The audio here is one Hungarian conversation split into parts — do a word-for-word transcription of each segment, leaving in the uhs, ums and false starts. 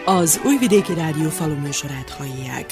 Az Újvidéki Rádió faluműsorát hallják.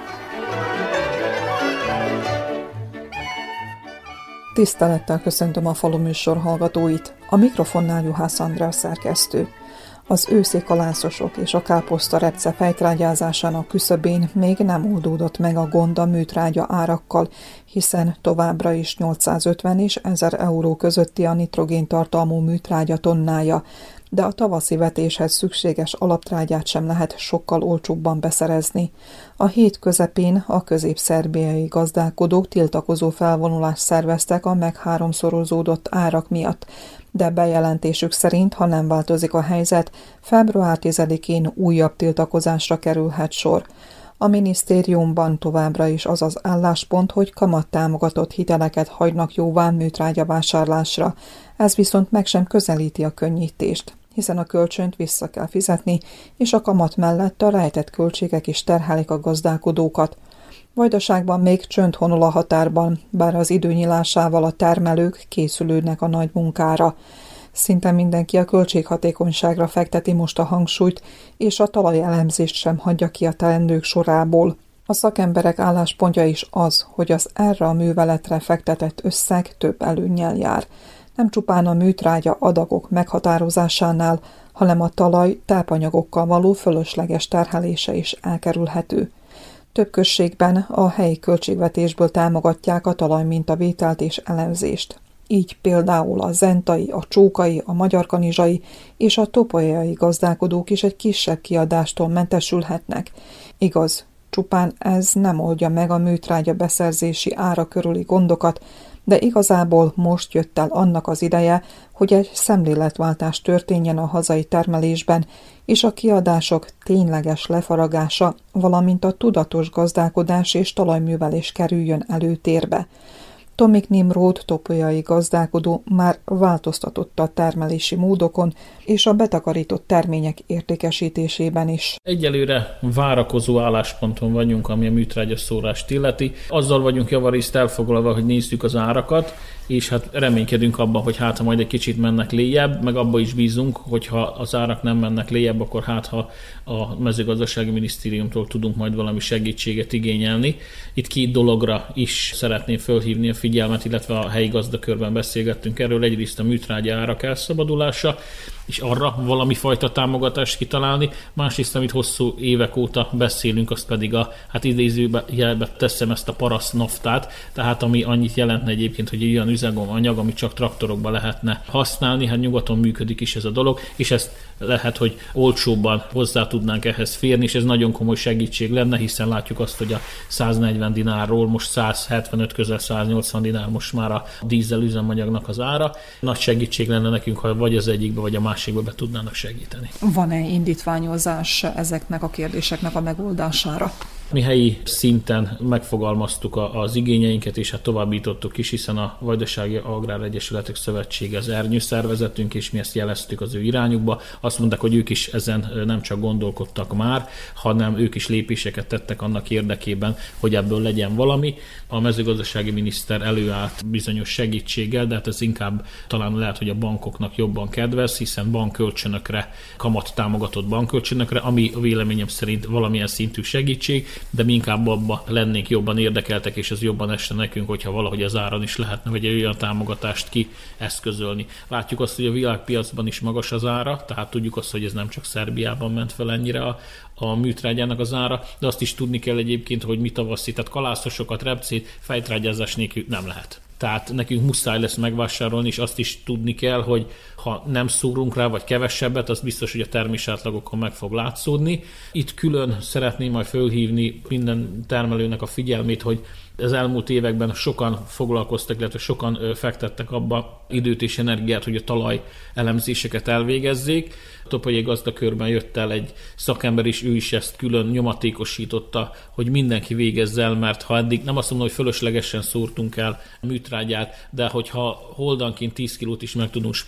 Tisztelettel köszöntöm a faluműsor hallgatóit. A mikrofonnál Juhász Andrea szerkesztő. Az őszi kalászosok és a káposzta repce fejtrágyázásának küszöbén még nem oldódott meg a gond a műtrágya árakkal, hiszen továbbra is nyolcszázötven és ezer euró közötti a nitrogéntartalmú műtrágya tonnája, de a tavaszi vetéshez szükséges alaptrágyát sem lehet sokkal olcsóbban beszerezni. A hét közepén a közép-szerbiai gazdálkodók tiltakozó felvonulást szerveztek a megháromszorozódott árak miatt, de bejelentésük szerint, ha nem változik a helyzet, február tizedikén újabb tiltakozásra kerülhet sor. A minisztériumban továbbra is az az álláspont, hogy kamattámogatott hiteleket hagynak jóvá műtrágya vásárlásra, ez viszont meg sem közelíti a könnyítést, hiszen a kölcsönt vissza kell fizetni, és a kamat mellett a rejtett költségek is terhelik a gazdálkodókat. Vajdaságban még csönd honol a határban, bár az idő nyílásával a termelők készülődnek a nagy munkára. Szinte mindenki a költséghatékonyságra fekteti most a hangsúlyt, és a talajelemzést sem hagyja ki a teendők sorából. A szakemberek álláspontja is az, hogy az erre a műveletre fektetett összeg több előnnyel jár. Nem csupán a műtrágya adagok meghatározásánál, hanem a talaj tápanyagokkal való fölösleges terhelése is elkerülhető. Több községben a helyi költségvetésből támogatják a talajmintavételt és elemzést. Így például a zentai, a csókai, a magyarkanizsai és a topolyai gazdálkodók is egy kisebb kiadástól mentesülhetnek. Igaz, csupán ez nem oldja meg a műtrágya beszerzési ára körüli gondokat, de igazából most jött el annak az ideje, hogy egy szemléletváltás történjen a hazai termelésben, és a kiadások tényleges lefaragása, valamint a tudatos gazdálkodás és talajművelés kerüljön előtérbe. Tomik Nimród topolyai gazdálkodó már változtatott a termelési módokon és a betakarított termények értékesítésében is. Egyelőre várakozó állásponton vagyunk, ami a műtrágya szórást illeti. Azzal vagyunk javarészt elfoglalva, hogy nézzük az árakat, és hát reménykedünk abban, hogy hát ha majd egy kicsit mennek léjebb, meg abban is bízunk, hogyha az árak nem mennek léjebb, akkor hát ha a mezőgazdasági minisztériumtól tudunk majd valami segítséget igényelni. Itt két dologra is szeretném fölhívni a figyelmet, illetve a helyi gazdakörben beszélgettünk erről. Egyrészt a műtrágya árak elszabadulása, és arra valami fajta támogatást kitalálni. Másrészt, amit hosszú évek óta beszélünk, azt pedig a, hát idézőbe jelbe teszem ezt a parasztnaftát, tehát ami annyit jelentne egyébként, hogy olyan üzemanyag, ami csak traktorokban lehetne használni, hát nyugaton működik is ez a dolog, és ezt lehet, hogy olcsóbban hozzá tudnánk ehhez férni, és ez nagyon komoly segítség lenne, hiszen látjuk azt, hogy a száznegyven dinárról most száz hetvenöt, közel száznyolcvan dinár most már a dízel üzemanyagnak az ára. Nagy segítség lenne nekünk, ha vagy az egyikbe, vagy a másikba be tudnának segíteni. Van-e indítványozás ezeknek a kérdéseknek a megoldására? Mi helyi szinten megfogalmaztuk az igényeinket, és hát továbbítottuk is, hiszen a Vajdasági Agrár Egyesületek Szövetsége az ernyő szervezetünk, és mi ezt jeleztük az ő irányukba. Azt mondták, hogy ők is ezen nem csak gondolkodtak már, hanem ők is lépéseket tettek annak érdekében, hogy ebből legyen valami. A mezőgazdasági miniszter előállt bizonyos segítséggel, de hát ez inkább talán lehet, hogy a bankoknak jobban kedvez, hiszen bankkölcsönökre, kamat támogatott bankkölcsönökre, ami véleményem szerint valamilyen szintű segítség, de mi inkább abban lennénk jobban érdekeltek, és ez jobban esne nekünk, hogyha valahogy az áron is lehetne, vagy egy olyan támogatást kieszközölni. Látjuk azt, hogy a világpiacban is magas az ára, tehát tudjuk azt, hogy ez nem csak Szerbiában ment fel ennyire a, a műtrágyának az ára, de azt is tudni kell egyébként, hogy mi tavaszi, tehát kalászosokat, repcét fejtrágyázás nélkül nem lehet. Tehát nekünk muszáj lesz megvásárolni, és azt is tudni kell, hogy ha nem szúrunk rá, vagy kevesebbet, az biztos, hogy a termésátlagokon meg fog látszódni. Itt külön szeretném majd fölhívni minden termelőnek a figyelmét, hogy az elmúlt években sokan foglalkoztak, illetve sokan fektettek abba időt és energiát, hogy a talaj elemzéseket elvégezzék. A topolyai gazdakörben jött el egy szakember, és ő is ezt külön nyomatékosította, hogy mindenki végezze el, mert ha eddig nem azt mondom, hogy fölöslegesen szórtunk el a műtrágyát, de hogyha holdanként tíz kilót is meg tudunk spórolni,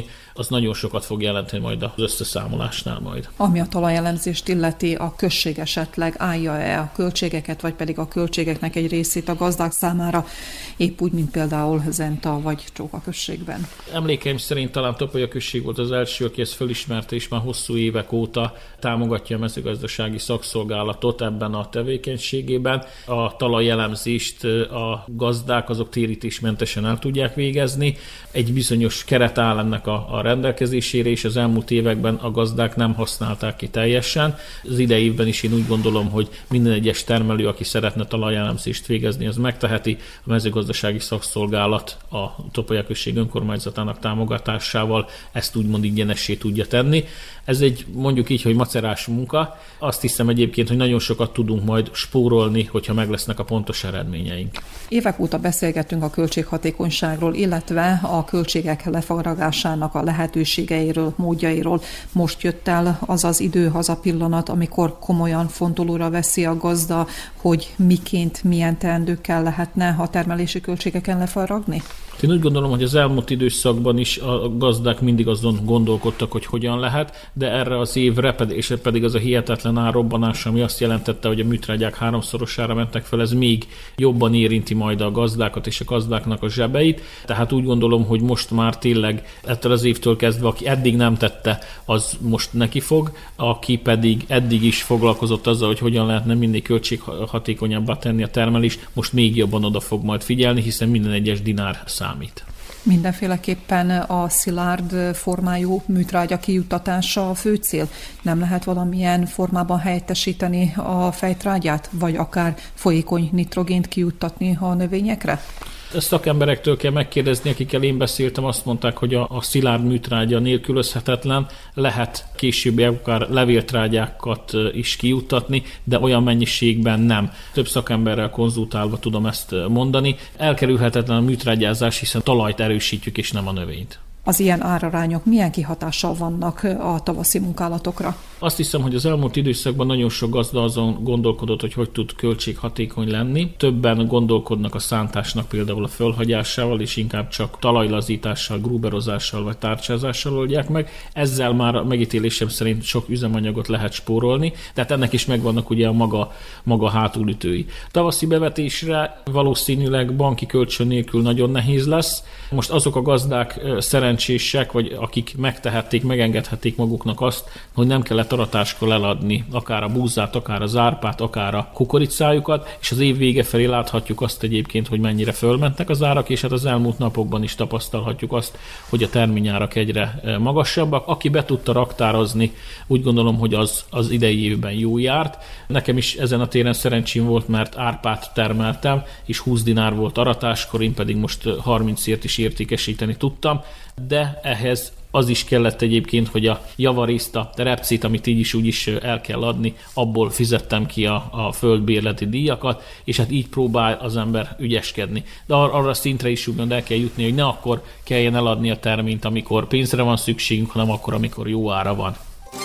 az nagyon sokat fog jelenteni majd az összeszámolásnál majd. Ami a talajelemzést illeti, a község esetleg állja-e a költségeket, vagy pedig a költségeknek egy részét a gazdák számára, épp úgy, mint például Zenta vagy Csóka községben? Emlékeim szerint talán Topolya község volt az első, aki ezt fölismerte, és már hosszú évek óta támogatja a mezőgazdasági szakszolgálatot ebben a tevékenységében. A talajjelemzést a gazdák azok térítésmentesen el tudják végezni. Egy bizonyos keret áll ennek a, a rendelkezésére, és az elmúlt években a gazdák nem használták ki teljesen. Az idei évben is én úgy gondolom, hogy minden egyes termelő, aki szeretne talajjelemzést végezni, az megteheti. A mezőgazdasági szakszolgálat a Topolya község önkormányzatának támogatásával ezt úgymond ingyenessé tudja tenni. Ez egy mondjuk így, hogy macerás munka. Azt hiszem egyébként, hogy nagyon sokat tudunk majd spórolni, hogyha meg lesznek a pontos eredményeink. Évek óta beszélgettünk a költséghatékonyságról, illetve a költségek lefaragásának a lehetőségeiről, módjairól. Most jött el az az idő, az a pillanat, amikor komolyan fontolóra veszi a gazda, hogy miként, milyen teendőkkel lehetne a termelési költségeken lefaragni? Én úgy gondolom, hogy az elmúlt időszakban is a gazdák mindig azon gondolkodtak, hogy hogyan lehet, de erre az évre, és pedig az a hihetetlen árrobbanás, ami azt jelentette, hogy a műtrágyák háromszorosára mentek fel, ez még jobban érinti majd a gazdákat és a gazdáknak a zsebeit. Tehát úgy gondolom, hogy most már tényleg ettől az évtől kezdve, aki eddig nem tette, az most neki fog, aki pedig eddig is foglalkozott azzal, hogy hogyan lehetne mindig költséghatékonyabbá tenni a termelést, most még jobban oda fog majd figyelni, hiszen minden egyes dinár számít. Mindenféleképpen a szilárd formájú műtrágya kijuttatása a fő cél. Nem lehet valamilyen formában helyettesíteni a fejtrágyát, vagy akár folyékony nitrogént kijuttatni a növényekre? Ezt szakemberektől kell megkérdezni, akikkel én beszéltem, azt mondták, hogy a, a szilárd műtrágya nélkülözhetetlen, lehet később akár levéltrágyákat is kijuttatni, de olyan mennyiségben nem. Több szakemberrel konzultálva tudom ezt mondani. Elkerülhetetlen a műtrágyázás, hiszen talajt erősítjük, és nem a növényt. Az ilyen árarányok milyen kihatással vannak a tavaszi munkálatokra? Azt hiszem, hogy az elmúlt időszakban nagyon sok gazda azon gondolkodott, hogy hogy tud költséghatékony lenni. Többen gondolkodnak a szántásnak például a fölhagyásával, és inkább csak talajlazítással, gruberozással vagy tárcsázással oldják meg. Ezzel már a megítélésem szerint sok üzemanyagot lehet spórolni, tehát ennek is megvannak ugye a maga, maga hátulütői. Tavaszi bevetésre valószínűleg banki kölcsön nélkül nagyon nehéz lesz. Most azok a gazdák szerencsések, vagy akik megtehették, megengedhették maguknak azt, hogy nem kellett aratáskor eladni akár a búzát, akár az árpát, akár a kukoricájukat, és az év vége felé láthatjuk azt egyébként, hogy mennyire fölmentek az árak, és hát az elmúlt napokban is tapasztalhatjuk azt, hogy a terményárak egyre magasabbak. Aki be tudta raktározni, úgy gondolom, hogy az, az idei évben jó járt. Nekem is ezen a téren szerencsém volt, mert árpát termeltem, és húsz dinár volt aratáskor, én pedig most harmincért is értékesíteni tudtam, de ehhez az is kellett egyébként, hogy a javarészt, a repcét, amit így is úgy is el kell adni, abból fizettem ki a, a földbérleti díjakat, és hát így próbál az ember ügyeskedni. De ar- arra szintre is úgymond el kell jutni, hogy ne akkor kelljen eladni a terményt, amikor pénzre van szükségünk, hanem akkor, amikor jó ára van.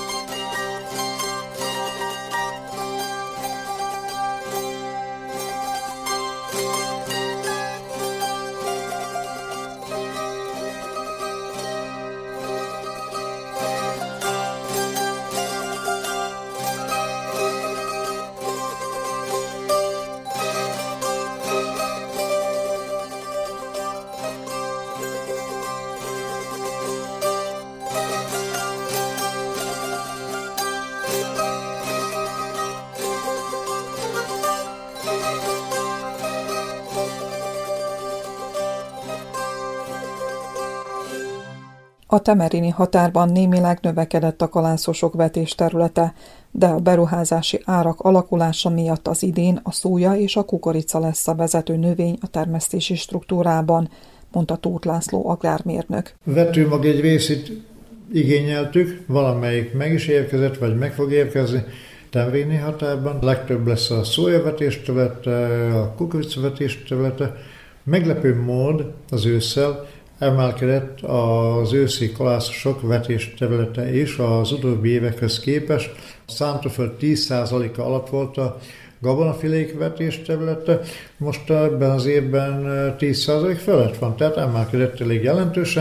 A temerini határban némileg növekedett a kalászosok vetésterülete, de a beruházási árak alakulása miatt az idén a szója és a kukorica lesz a vezető növény a termesztési struktúrában, mondta Tóth László agrármérnök. Vetőmag egy részét igényeltük, valamelyik meg is érkezett, vagy meg fog érkezni temerini határban. Legtöbb lesz a szójavetésterülete, a kukoricavetésterülete. Meglepő mód az ősszel emelkedett az őszi kalászosok vetésterülete is az utóbbi évekhez képest. A szántóföld tíz százaléka alatt volt a gabonafilék vetésterülete, most ebben az évben tíz százalék felett van, tehát emelkedett elég jelentősen.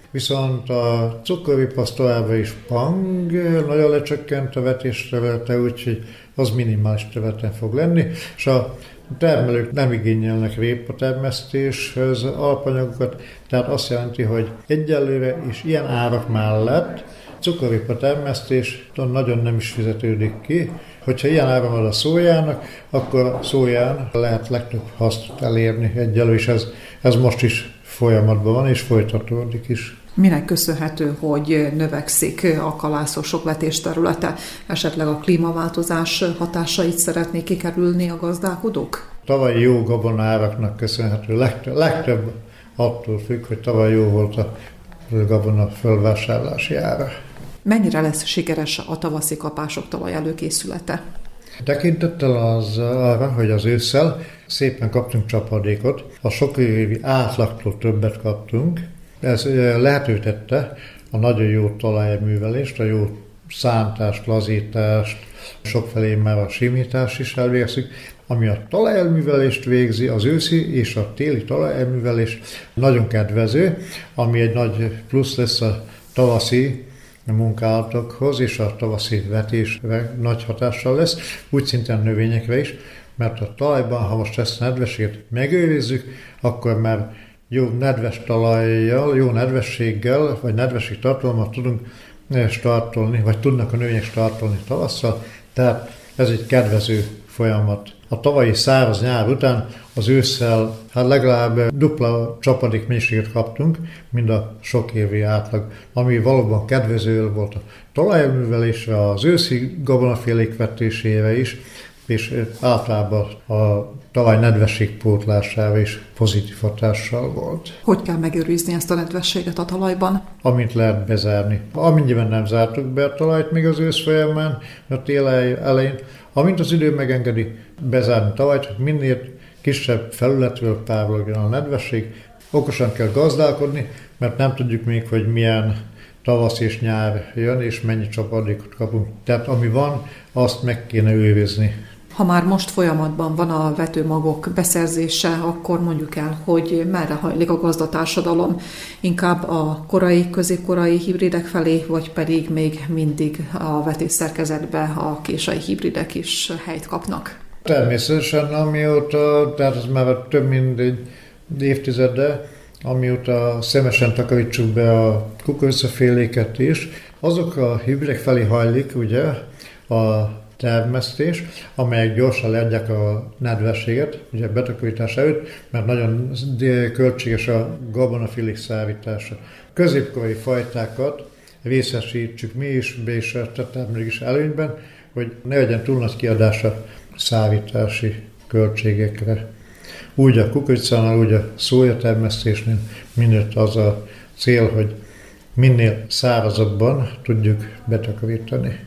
viszont a cukorvipasz továbbra is pang, nagyon lecsökkent a vetésterülete, úgyhogy az minimális területen fog lenni, és a termelők nem igényelnek répatermesztéshez alapanyagokat, tehát azt jelenti, hogy egyelőre és ilyen árak mellett cukorrépa termesztés nagyon nem is fizetődik ki. Hogyha ilyen ára van a szójának, akkor a szóján lehet legtöbb hasznot elérni egyelő, és ez, ez most is folyamatban van, és folytatódik is. Minek köszönhető, hogy növekszik a kalászosok vetésterülete? Esetleg a klímaváltozás hatásait szeretnék kikerülni a gazdálkodók? Tavaly jó gabonáraknak köszönhető. Legtöbb, legtöbb attól függ, hogy tavaly jó volt a gabona fölvásárlási ára. Mennyire lesz sikeres a tavaszi kapások talaj előkészülete? Tekintettel az arra, hogy az ősszel szépen kaptunk csapadékot, a sok évi átlagtól többet kaptunk. Ez lehetővé tette a nagyon jó talajművelést, a jó szántást, lazítást, sokfelé már a simítást is elvégzik. Ami a talajelművelést végzi, az őszi és a téli talajelművelés nagyon kedvező, ami egy nagy plusz lesz a tavaszi munkálatokhoz, és a tavaszi vetésre nagy hatással lesz, úgy szintén növényekre is, mert a talajban, ha most ezt a nedvességet megőrizzük, akkor már jó nedves talajjal, jó nedvességgel, vagy nedvesség tartalmat tudunk startolni, vagy tudnak a növények startolni tavasszal, tehát ez egy kedvező folyamat. A tavalyi száraz nyár után az ősszel hát legalább dupla csapadék mennyiséget kaptunk, mint a sok évi átlag, ami valóban kedvező volt a talajművelésre, az őszi gabonafélék vetésére is, és általában a talaj nedvesség pótlására is pozitív hatással volt. Hogy kell megőrizni ezt a nedvességet a talajban? Amint lehet bezárni. Amennyiben nem zártuk be a talajt még az ősz folyamán, a tél elején, amint az idő megengedi bezárni a talajt, hogy minél kisebb felületről távol a nedvesség. Okosan kell gazdálkodni, mert nem tudjuk még, hogy milyen tavasz és nyár jön, és mennyi csapadékot kapunk. Tehát ami van, azt meg kéne őrizni. Ha már most folyamatban van a vetőmagok beszerzése, akkor mondjuk el, hogy merre hajlik a gazdatársadalom, inkább a korai, középkorai hibridek felé, vagy pedig még mindig a vetésszerkezetben a késői hibridek is helyt kapnak? Természetesen, amióta, tehát ez már több mint egy évtizede, amióta szemesen takarítsuk be a kukoricaféléket is, azok a hibridek felé hajlik, ugye, a termesztés, amelyek gyorsan leadják a nedvességet, ugye betakarítás előtt, mert nagyon költséges a gabonafélék szállítása. Középkorai fajtákat részesítsük mi is, be is termelők is előnyben, hogy ne legyen túl nagy kiadása szállítási költségekre. Úgy a kukoricánál, úgy a szójatermesztésnél mindent az a cél, hogy minél szárazabban tudjuk betakarítani.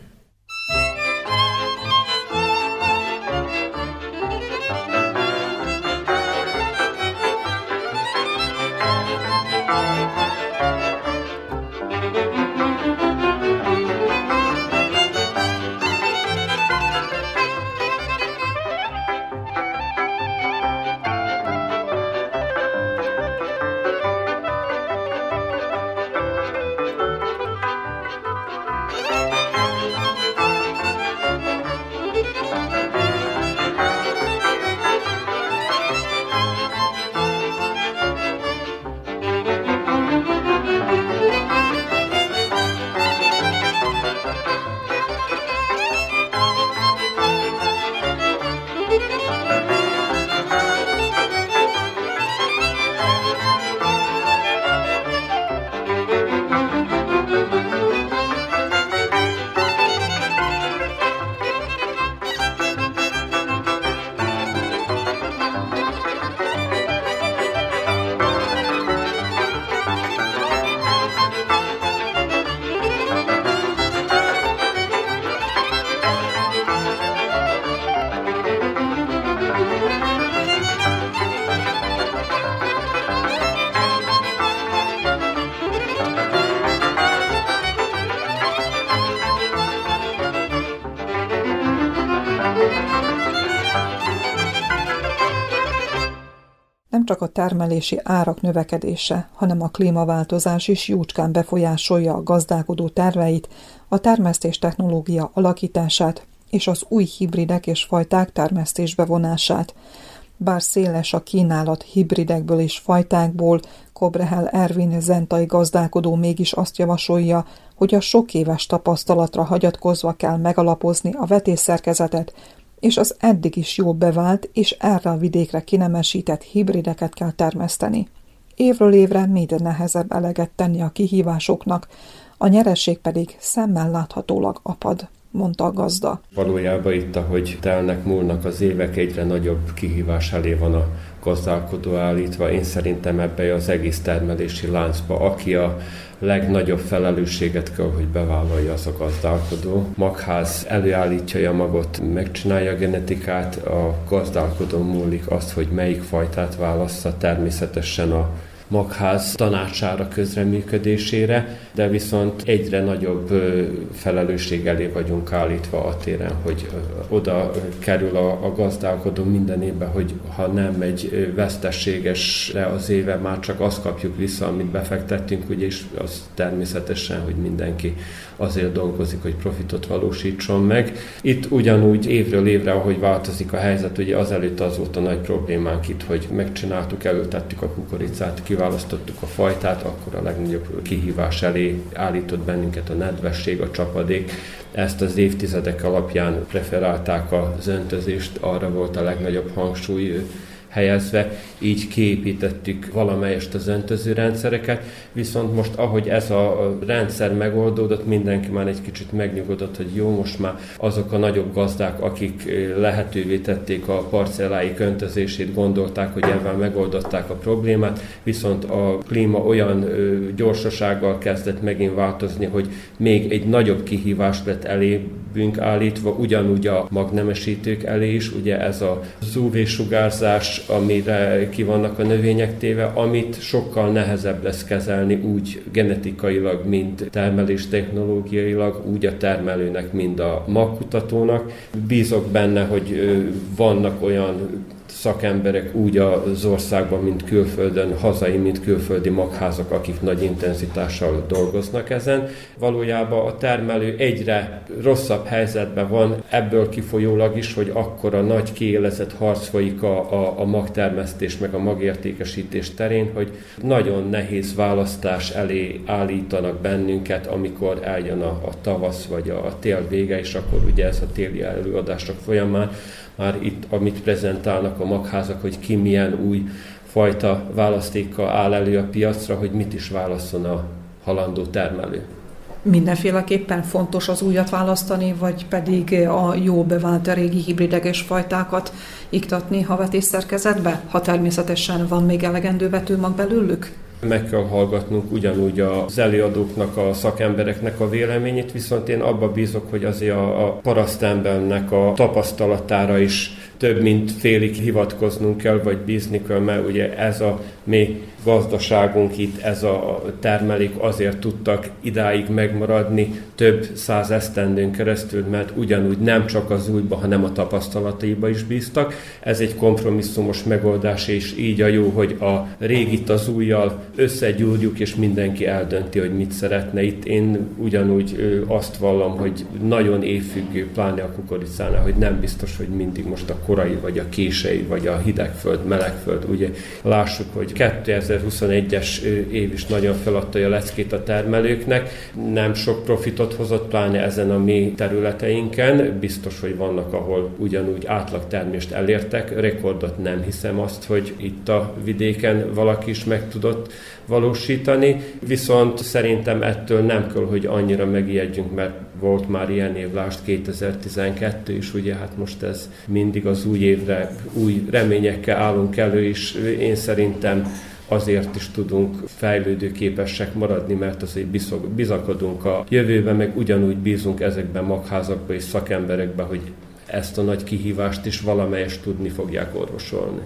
csak a termelési árak növekedése, hanem a klímaváltozás is jócskán befolyásolja a gazdálkodó terveit, a termesztés technológia alakítását és az új hibridek és fajták termesztésbe vonását. Bár széles a kínálat hibridekből és fajtákból, Kobrehel Ervin zentai gazdálkodó mégis azt javasolja, hogy a sok éves tapasztalatra hagyatkozva kell megalapozni a vetésszerkezetet, és az eddig is jól bevált és erre a vidékre kinemesített hibrideket kell termeszteni. Évről évre még nehezebb eleget tenni a kihívásoknak, a nyereség pedig szemmel láthatólag apad, mondta a gazda. Valójában itt, ahogy telnek, múlnak az évek, egyre nagyobb kihívás elé van a gazdálkodó állítva. Én szerintem ebbe az egész termelési láncba, aki a legnagyobb felelősséget kell, hogy bevállalja, az a gazdálkodó. Magház előállítja a magot, megcsinálja a genetikát, a gazdálkodó múlik az, hogy melyik fajtát válassza, természetesen a magház tanácsára, közreműködésére, de viszont egyre nagyobb felelősség elé vagyunk állítva a téren, hogy oda kerül a, a gazdálkodó minden évben, hogy ha nem megy veszteségesre az éve, már csak azt kapjuk vissza, amit befektettünk, ugye, és az természetesen, hogy mindenki azért dolgozik, hogy profitot valósítson meg. Itt ugyanúgy évről évre, ahogy változik a helyzet, ugye azelőtt az volt a nagy problémánk itt, hogy megcsináltuk, előtettük a kukoricát, kiválasztottuk a fajtát, akkor a legnagyobb kihívás elé állított bennünket a nedvesség, a csapadék. Ezt az évtizedek alapján preferálták az öntözést, arra volt a legnagyobb hangsúly helyezve, így kiépítettük valamelyest az öntöző rendszereket, viszont most ahogy ez a rendszer megoldódott, mindenki már egy kicsit megnyugodott, hogy jó, most már azok a nagyobb gazdák, akik lehetővé tették a parcelláik öntözését, gondolták, hogy ebben megoldották a problémát, viszont a klíma olyan gyorsasággal kezdett megint változni, hogy még egy nagyobb kihívást lett elébünk állítva, ugyanúgy a magnemesítők elé is, ugye ez az ú vé-sugárzás, amire ki vannak a növények téve, amit sokkal nehezebb lesz kezelni úgy genetikailag, mint termelés technológiailag, úgy a termelőnek, mint a magkutatónak. Bízok benne, hogy vannak olyan szakemberek úgy az országban, mint külföldön, hazai, mint külföldi magházak, akik nagy intenzitással dolgoznak ezen. Valójában a termelő egyre rosszabb helyzetben van, ebből kifolyólag is, hogy akkora nagy kiélezett harc folyik a, a, a magtermesztés meg a magértékesítés terén, hogy nagyon nehéz választás elé állítanak bennünket, amikor eljön a, a tavasz vagy a, a tél vége, és akkor ugye ez a téli előadások folyamán már itt, amit prezentálnak a magházak, hogy ki milyen új fajta választékkal áll elő a piacra, hogy mit is válasszon a halandó termelő. Mindenféleképpen fontos az újat választani, vagy pedig a jó bevált régi hibrideges fajtákat iktatni a vetésszerkezetbe, ha természetesen van még elegendő vetőmag belőlük? Meg kell hallgatnunk ugyanúgy az előadóknak, a szakembereknek a véleményét, viszont én abba bízok, hogy azért a, a parasztembernek a tapasztalatára is több mint félig hivatkoznunk kell, vagy bízni kell, mert ugye ez a mi gazdaságunk itt, ez a termelék azért tudtak idáig megmaradni több száz esztendőn keresztül, mert ugyanúgy nem csak az újba, hanem a tapasztalataiba is bíztak. Ez egy kompromisszumos megoldás, és így a jó, hogy a régit az újjal összegyúrjuk, és mindenki eldönti, hogy mit szeretne. Itt én ugyanúgy azt vallom, hogy nagyon évfüggő, pláne a kukoricánál, hogy nem biztos, hogy mindig most a korai, vagy a késői, vagy a hidegföld, melegföld. Ugye lássuk, hogy kétezer-huszonegyes év is nagyon feladta a leckét a termelőknek. Nem sok profitot hozott, pláne ezen a mi területeinken. Biztos, hogy vannak, ahol ugyanúgy átlagtermést elértek. Rekordot nem hiszem azt, hogy itt a vidéken valaki is meg tudott valósítani, viszont szerintem ettől nem kell, hogy annyira megijedjünk, mert volt már ilyen év, lásd kétezer-tizenkettő is, ugye hát most ez mindig az új évre, új reményekkel állunk elő, és én szerintem azért is tudunk fejlődőképesek maradni, mert azért bizakodunk a jövőben, meg ugyanúgy bízunk ezekben magházakban és szakemberekben, hogy ezt a nagy kihívást is valamelyest tudni fogják orvosolni.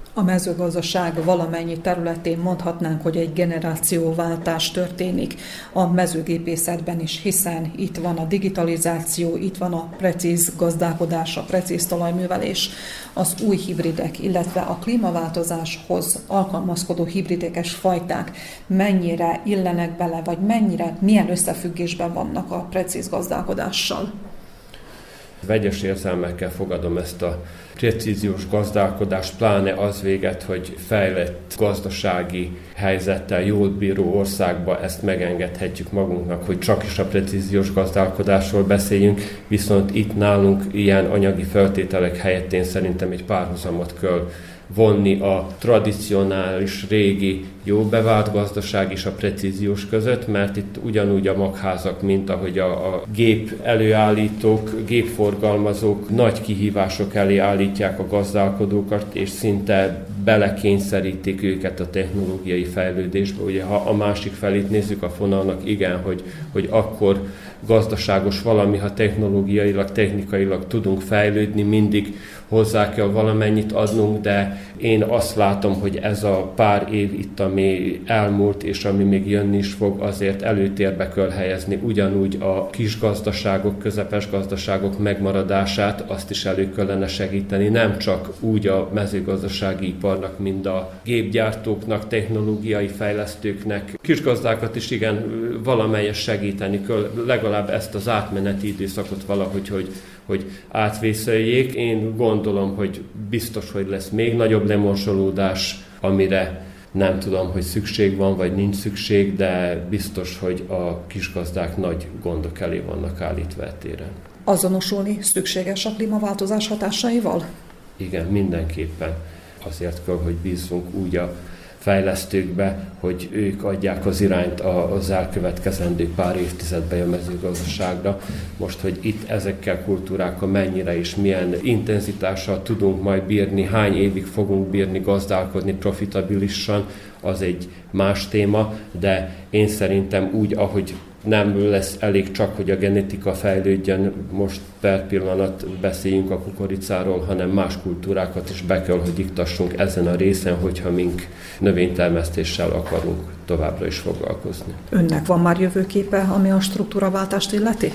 A mezőgazdaság valamennyi területén mondhatnánk, hogy egy generációváltás történik a mezőgépészetben is, hiszen itt van a digitalizáció, itt van a precíz gazdálkodás, a precíz talajművelés, az új hibridek, illetve a klímaváltozáshoz alkalmazkodó hibridekes fajták mennyire illenek bele, vagy mennyire, milyen összefüggésben vannak a precíz gazdálkodással. Vegyes érzelmekkel fogadom ezt a precíziós gazdálkodást, pláne az véget, hogy fejlett gazdasági helyzettel jól bíró országba ezt megengedhetjük magunknak, hogy csak is a precíziós gazdálkodásról beszéljünk, viszont itt nálunk ilyen anyagi feltételek helyett én szerintem egy párhuzamot kell vonni a tradicionális, régi, jó bevált gazdaság és a precíziós között, mert itt ugyanúgy a magházak, mint ahogy a, a gép előállítók, gépforgalmazók nagy kihívások elé állítják a gazdálkodókat, és szinte belekényszerítik őket a technológiai fejlődésbe. Ugye, ha a másik felét nézzük a fonalnak, igen, hogy, hogy akkor gazdaságos valami, ha technológiailag, technikailag tudunk fejlődni, mindig hozzá kell valamennyit adnunk, de én azt látom, hogy ez a pár év itt, ami elmúlt, és ami még jönni is fog, azért előtérbe kell helyezni ugyanúgy a kis gazdaságok, közepes gazdaságok megmaradását, azt is elő kellene segíteni, nem csak úgy a mezőgazdasági iparnak, mint a gépgyártóknak, technológiai fejlesztőknek, kisgazdákat is igen, valamelyes segíteni kell, legalább ezt az átmeneti időszakot valahogy, hogy hogy átvészeljék. Én gondolom, hogy biztos, hogy lesz még nagyobb lemorzsolódás, amire nem tudom, hogy szükség van, vagy nincs szükség, de biztos, hogy a kisgazdák nagy gondok elé vannak állítva téren. Azonosulni szükséges a klímaváltozás hatásaival? Igen, mindenképpen. Azért kell, hogy bízzunk úgy a fejlesztőkbe, hogy ők adják az irányt az elkövetkezendő pár évtizedben a mezőgazdaságra. Most, hogy itt ezekkel kultúrákkal mennyire és milyen intenzitással tudunk majd bírni, hány évig fogunk bírni gazdálkodni profitabilisan, az egy más téma, de én szerintem úgy, ahogy nem lesz elég csak, hogy a genetika fejlődjön, most per pillanat beszéljünk a kukoricáról, hanem más kultúrákat is be kell, hogy iktassunk ezen a részen, hogyha mink növénytermesztéssel akarunk továbbra is foglalkozni. Önnek van már jövőképe, ami a struktúraváltást illeti?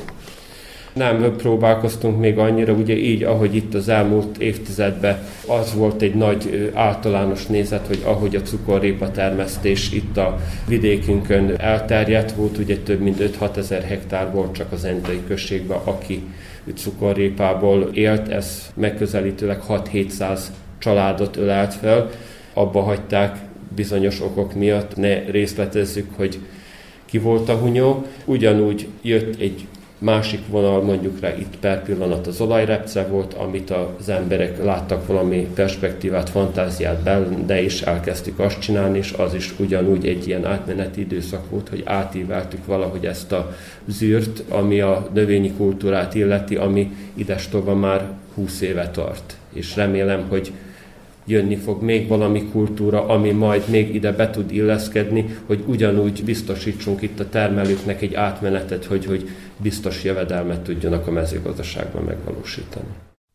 Nem próbálkoztunk még annyira, ugye így, ahogy itt az elmúlt évtizedben az volt egy nagy általános nézet, hogy ahogy a cukorrépa termesztés itt a vidékünkön elterjedt volt, ugye több mint öt-hat ezer hektár volt csak az Endai községben, aki cukorrépából élt, ez megközelítőleg hat-hétszáz családot ölelt fel, abba hagyták bizonyos okok miatt, ne részletezzük, hogy ki volt a hunyó. Ugyanúgy jött egy másik vonal, mondjuk rá itt per pillanat az olajrepce volt, amit az emberek láttak valami perspektívát, fantáziát benne, és elkezdtük azt csinálni, és az is ugyanúgy egy ilyen átmeneti időszak volt, hogy átíveltük valahogy ezt a zűrt, ami a növényi kultúrát illeti, ami idestova már húsz éve tart. És remélem, hogy jönni fog még valami kultúra, ami majd még ide be tud illeszkedni, hogy ugyanúgy biztosítsunk itt a termelőknek egy átmenetet, hogy, hogy biztos jövedelmet tudjanak a mezőgazdaságban megvalósítani.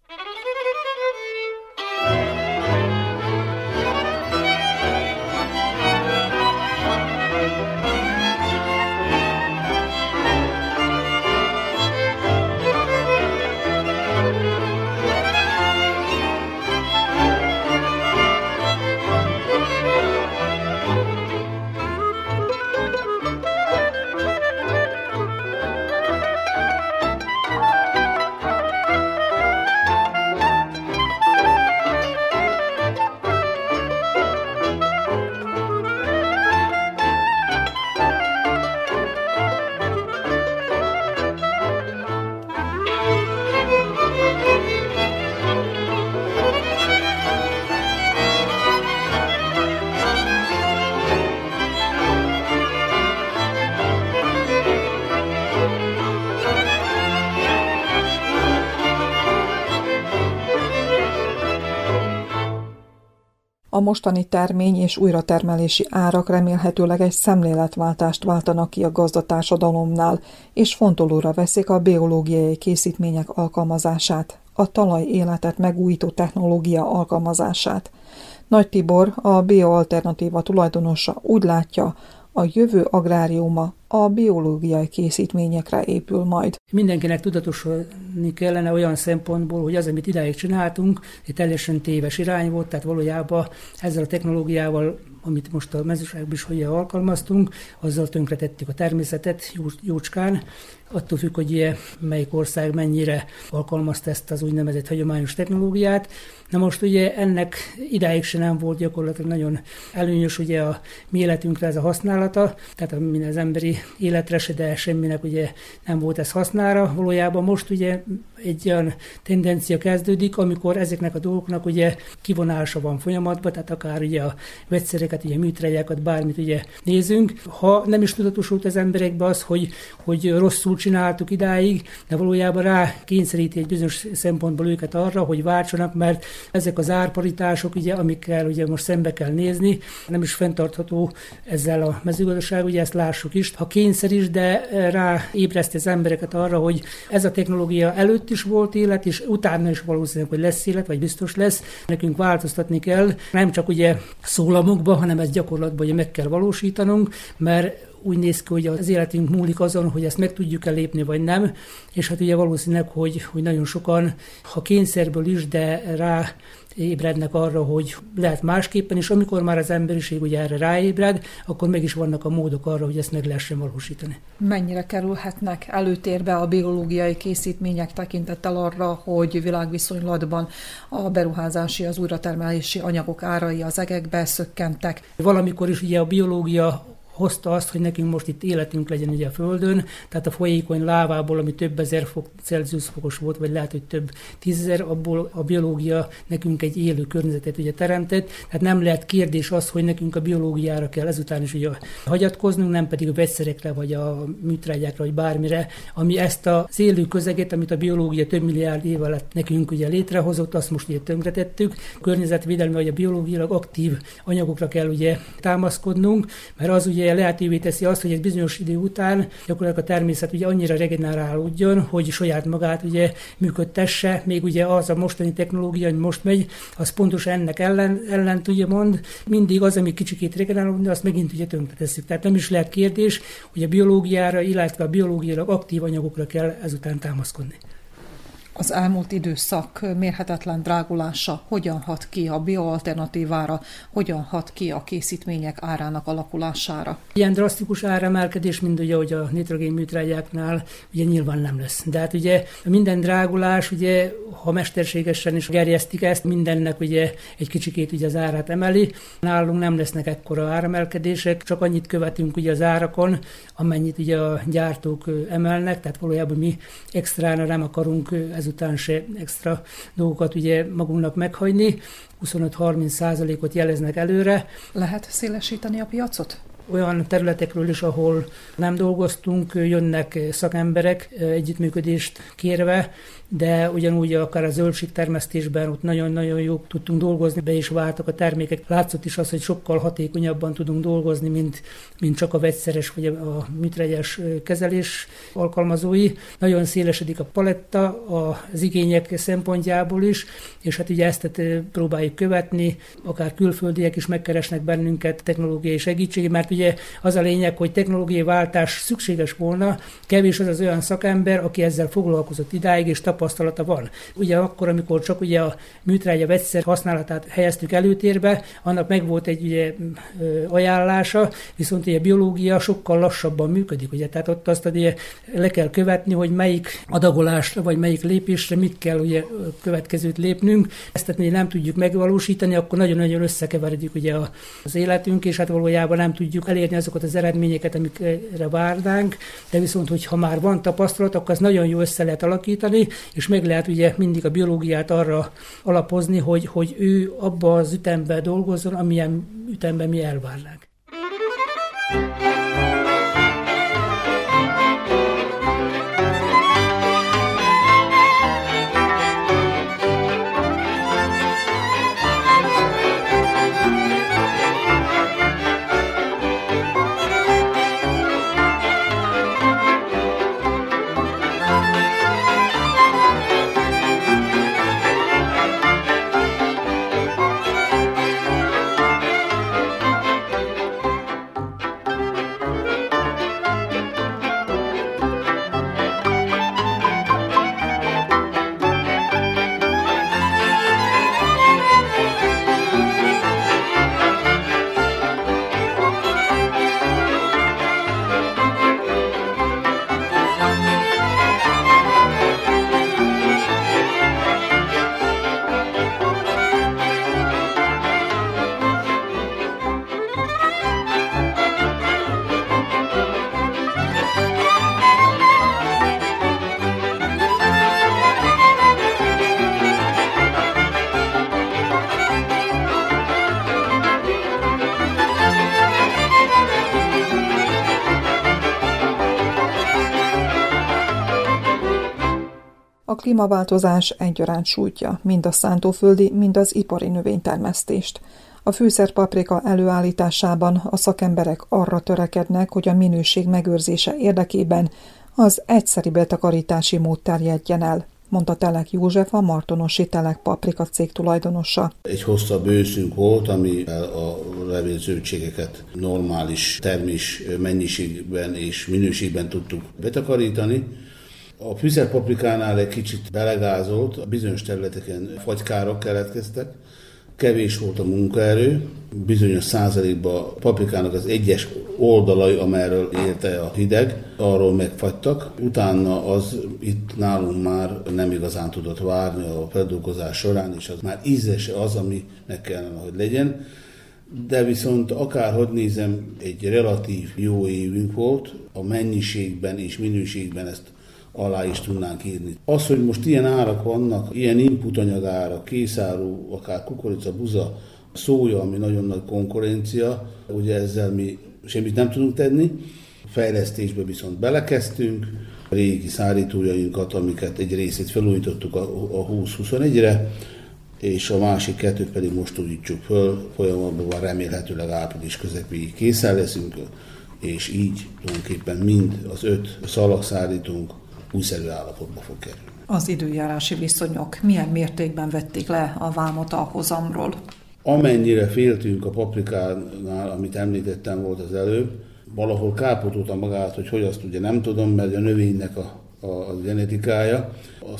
A mostani termény és újratermelési árak remélhetőleg egy szemléletváltást váltanak ki a gazdatársadalomnál, és fontolóra veszik a biológiai készítmények alkalmazását, a talaj életet megújító technológia alkalmazását. Nagy Tibor, a Bioalternatíva tulajdonosa úgy látja, a jövő agráriuma a biológiai készítményekre épül majd. Mindenkinek tudatosodni kellene olyan szempontból, hogy az, amit idáig csináltunk, egy teljesen téves irány volt, tehát valójában ezzel a technológiával, amit most a mezőségben is hogy alkalmaztunk, azzal tönkretettük a természetet jócskán, attól függ, hogy melyik ország mennyire alkalmazta ezt az úgynevezett hagyományos technológiát. Na most ugye ennek idáig se nem volt gyakorlatilag nagyon előnyös ugye a mi életünkre ez a használata, tehát minden az emberi életre se, de semminek ugye nem volt ez hasznára. Valójában most ugye egy olyan tendencia kezdődik, amikor ezeknek a dolgoknak ugye kivonása van folyamatban, tehát akár ugye a vegyszereket, ugye műtrágyákat, bármit ugye nézünk. Ha nem is tudatosult az emberekbe az, hogy, hogy rosszul csináltuk idáig, de valójában rá kényszeríti egy bizonyos szempontból őket arra, hogy váltsanak, mert ezek az árparitások, ugye, amikkel ugye most szembe kell nézni, nem is fenntartható ezzel a mezőgazdaság, ugye ezt lássuk is. Ha kényszer is, de ráébreszti az embereket arra, hogy ez a technológia előtt is volt élet, és utána is valószínűleg, hogy lesz élet, vagy biztos lesz. Nekünk változtatni kell, nem csak ugye szólamokba, hanem ezt gyakorlatban ugye meg kell valósítanunk, mert úgy néz ki, hogy az életünk múlik azon, hogy ezt meg tudjuk-e lépni, vagy nem, és hát ugye valószínűleg, hogy, hogy nagyon sokan, ha kényszerből is, de rá ébrednek arra, hogy lehet másképpen, és amikor már az emberiség ugye erre ráébred, akkor meg is vannak a módok arra, hogy ezt meg lehessen valósítani. Mennyire kerülhetnek előtérbe a biológiai készítmények tekintettel arra, hogy világviszonylatban a beruházási, az újratermelési anyagok árai az egekbe szökkentek? Valamikor is ugye a biológia hozta azt, hogy nekünk most itt életünk legyen ugye a Földön, tehát a folyékony lávából, ami több ezer fok, Celsius fokos volt, vagy lehet, hogy több tízezer, abból a biológia nekünk egy élő környezetet ugye teremtett, tehát nem lehet kérdés az, hogy nekünk a biológiára kell ezután is ugye hagyatkoznunk, nem pedig a vegyszerekre, vagy a műtrágyákra, vagy bármire, ami ezt az élő közeget, amit a biológia több milliárd év alatt nekünk ugye létrehozott, azt most ugye tönkretettük. A környezetvédelmi, vagy a biológiailag aktív anyagokra kell ugye támaszkodnunk, mert az ugye lehetővé teszi azt, hogy egy bizonyos idő után gyakorlatilag a természet ugye annyira regenerálódjon, hogy saját magát ugye működtesse, még ugye az a mostani technológia, ami most megy, az pontosan ennek ellen, ellen ugye mond, mindig az, ami kicsikét regenerálódni, azt megint ugye tönkretesszük. Tehát nem is lehet kérdés, hogy a biológiára, illetve a biológiailag aktív anyagokra kell ezután támaszkodni. Az elmúlt időszak mérhetetlen drágulása hogyan hat ki a bioalternatívára, hogyan hat ki a készítmények árának alakulására? Ilyen drasztikus áremelkedés, mint ugye, hogy a nitrogén műtrágyáknál ugye nyilván nem lesz. De hát ugye minden drágulás, ugye, ha mesterségesen is gerjesztik ezt, mindennek ugye egy kicsikét ugye az árát emeli. Nálunk nem lesznek ekkora áremelkedések, csak annyit követünk ugye az árakon, amennyit ugye a gyártók emelnek, tehát valójában mi extrána nem akarunk ezután se extra dolgokat ugye magunknak meghagyni. huszonöt-harminc százalékot jeleznek előre. Lehet szélesíteni a piacot? Olyan területekről is, ahol nem dolgoztunk, jönnek szakemberek együttműködést kérve, de ugyanúgy akár a zöldségtermesztésben ott nagyon-nagyon jó tudtunk dolgozni, be is váltak a termékek. Látszott is az, hogy sokkal hatékonyabban tudunk dolgozni, mint, mint csak a vegyszeres vagy a műtrágyás kezelés alkalmazói. Nagyon szélesedik a paletta az igények szempontjából is, és hát ugye ezt próbáljuk követni, akár külföldiek is megkeresnek bennünket technológiai segítségét, mert ugye az a lényeg, hogy technológiai váltás szükséges volna, kevés az az olyan szakember, aki ezzel foglalkozott idáig, és tapasztalata van. Ugye akkor, amikor csak ugye a műtrágya vegyszer használatát helyeztük előtérbe, annak meg volt egy ugye, ajánlása, viszont ugye a biológia sokkal lassabban működik. Ugye, tehát ott azt ugye le kell követni, hogy melyik adagolásra, vagy melyik lépésre mit kell ugye következőt lépnünk. Ezt tehát ugye nem tudjuk megvalósítani, akkor nagyon-nagyon összekeveredjük ugye az életünk, és hát valójában nem tudjuk elérni azokat az eredményeket, amikre várnánk, de viszont, hogyha már van tapasztalat, akkor azt nagyon jó össze lehet alakítani, és meg lehet ugye mindig a biológiát arra alapozni, hogy, hogy ő abba az ütemben dolgozzon, amilyen ütemben mi elvárnánk. klímaváltozás egyaránt sújtja mind a szántóföldi, mind az ipari növénytermesztést. A fűszerpaprika előállításában a szakemberek arra törekednek, hogy a minőség megőrzése érdekében az egyszeri betakarítási mód terjedjen el, mondta Telek József, a martonosi Telek paprika cég tulajdonosa. Egy hosszabb őszünk volt, ami a levélzöldségeket normális termés mennyiségben és minőségben tudtuk betakarítani. A fűszerpaprikánál egy kicsit belegázolt, bizonyos területeken fagykárok keletkeztek, kevés volt a munkaerő, bizonyos százalékban a paprikának az egyes oldalai, amerről érte a hideg, arról megfagytak. Utána az itt nálunk már nem igazán tudott várni a feldolgozás során, és az már ízese az, aminek kellene, hogy legyen. De viszont akárhogy nézem, egy relatív jó évünk volt, a mennyiségben és minőségben ezt alá is tudnánk írni. Az, hogy most ilyen árak vannak, ilyen inputanyagárak, készáru, akár kukorica, buza, szója, ami nagyon nagy konkurencia, ugye ezzel mi semmit nem tudunk tenni. Fejlesztésbe viszont belekezdtünk, a régi szárítójainkat, amiket egy részét felújítottuk a húsz-huszonegyre, és a másik kettőt pedig most újítsuk föl, folyamatban van, remélhetőleg április közepéig készen leszünk, és így tulajdonképpen mind az öt szalagszárítónk újszerű állapotba fog kerülni. Az időjárási viszonyok milyen mértékben vették le a vámot a hozamról? Amennyire féltünk a paprikánál, amit említettem volt az előbb, valahol kárpótolta magát, hogy hogy azt ugye nem tudom, mert a növénynek a, a, a genetikája, a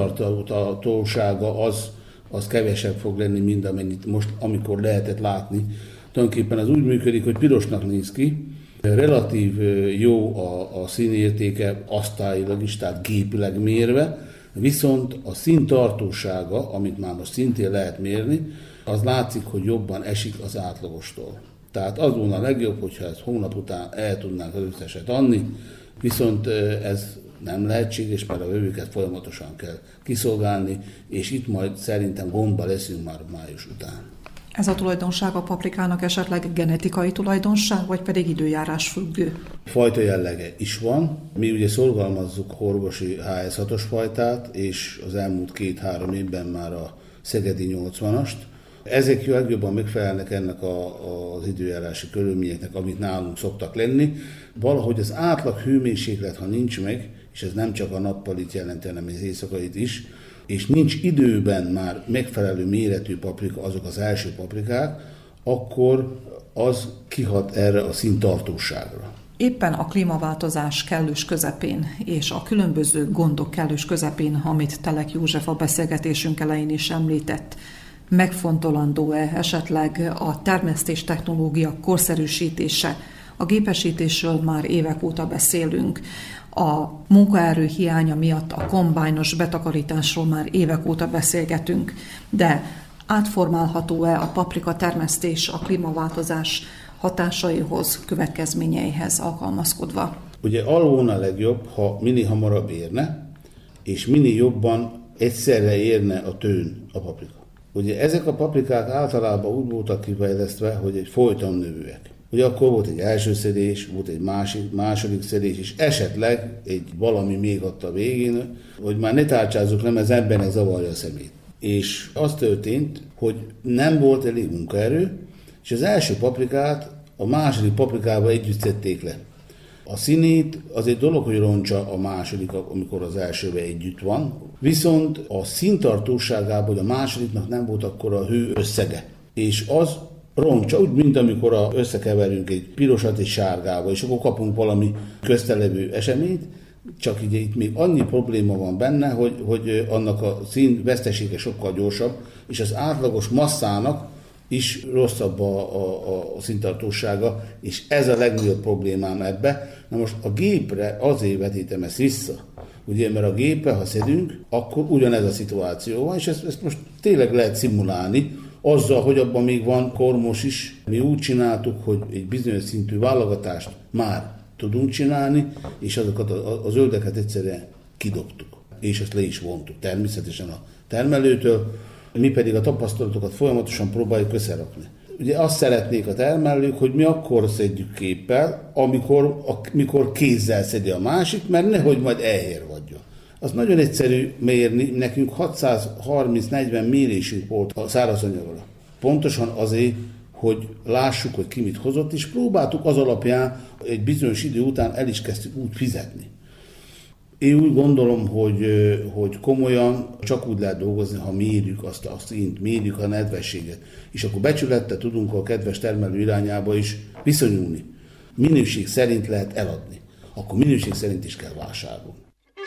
színtartósága az, az kevesebb fog lenni, mint amennyit most, amikor lehetett látni. Tulajdonképpen az úgy működik, hogy pirosnak néz ki, relatív jó a, a színértéke asztályilag is, tehát gépileg mérve, viszont a színtartósága, amit már most szintén lehet mérni, az látszik, hogy jobban esik az átlagostól. Tehát az volna a legjobb, hogyha ezt hónap után el tudnánk az összeset adni, viszont ez nem lehetséges, mert a vevőket folyamatosan kell kiszolgálni, és itt majd szerintem gondba leszünk már május után. Ez a tulajdonság a paprikának esetleg genetikai tulajdonság, vagy pedig időjárás függő? Fajta jellege is van. Mi ugye szorgalmazzuk a horgosi há es hatos fajtát, és az elmúlt két-három évben már a szegedi nyolcvanast. Ezek legjobban megfelelnek ennek a, az időjárási körülményeknek, amit nálunk szoktak lenni. Valahogy az átlag hőmérséklet, ha nincs meg, és ez nem csak a nappalit jelenti, hanem az éjszakait is, és nincs időben már megfelelő méretű paprika, azok az első paprikák, akkor az kihat erre a színtartóságra. Éppen a klímaváltozás kellős közepén és a különböző gondok kellős közepén, amit Telek József a beszélgetésünk elején is említett, megfontolandó-e esetleg a termesztés technológia korszerűsítése? A gépesítésről már évek óta beszélünk. A munkaerő hiánya miatt a kombájnos betakarításról már évek óta beszélgetünk, de átformálható-e a paprika termesztés a klímaváltozás hatásaihoz, következményeihez alkalmazkodva? Ugye arról volna a legjobb, ha minél hamarabb érne, és minél jobban egyszerre érne a tőn a paprika. Ugye ezek a paprikák általában úgy voltak kifejlesztve, hogy egy folyton növőek. Ugye akkor volt egy első szedés, volt egy másik, második szedés, és esetleg egy valami még ott a végén, hogy már ne tárcsázzuk le, mert ebben ez zavarja a szemét. És az történt, hogy nem volt elég munkaerő, és az első paprikát a második paprikával együtt szedték le. A színét az egy dolog, hogy roncsa a második, amikor az elsővel együtt van, viszont a színtartóságában, hogy a másodiknak nem volt akkor a hő összege. És az roncsa, úgy, mint amikor összekeverünk egy pirosat egy sárgával, és akkor kapunk valami köztelevő eseményt, csak így itt még annyi probléma van benne, hogy, hogy annak a szín vesztesége sokkal gyorsabb, és az átlagos masszának is rosszabb a, a, a színtartósága, és ez a legnagyobb problémám ebbe. Na most a gépre azért vetítem ezt vissza, ugye, mert a gépre, ha szedünk, akkor ugyanez a szituáció van, és ezt, ezt most tényleg lehet szimulálni, azzal, hogy abban még van kormos is. Mi úgy csináltuk, hogy egy bizonyos szintű válogatást már tudunk csinálni, és azokat a, a zöldeket egyszerűen kidobtuk. És ezt le is vontuk természetesen a termelőtől, mi pedig a tapasztalatokat folyamatosan próbáljuk összerakni. Ugye azt szeretnék a termelők, hogy mi akkor szedjük képpel, amikor, amikor kézzel szedi a másik, mert nehogy majd elhérvadjon. Az nagyon egyszerű mérni, nekünk hatszázharminc-negyven mérésünk volt a szárazanyagra. Pontosan azért, hogy lássuk, hogy ki mit hozott, és próbáltuk az alapján egy bizonyos idő után el is kezdtük úgy fizetni. Én úgy gondolom, hogy, hogy komolyan csak úgy lehet dolgozni, ha mérjük azt a szint, mérjük a nedvességet, és akkor becsülettel tudunk a kedves termelő irányába is viszonyulni. Minőség szerint lehet eladni, akkor minőség szerint is kell vásárolni.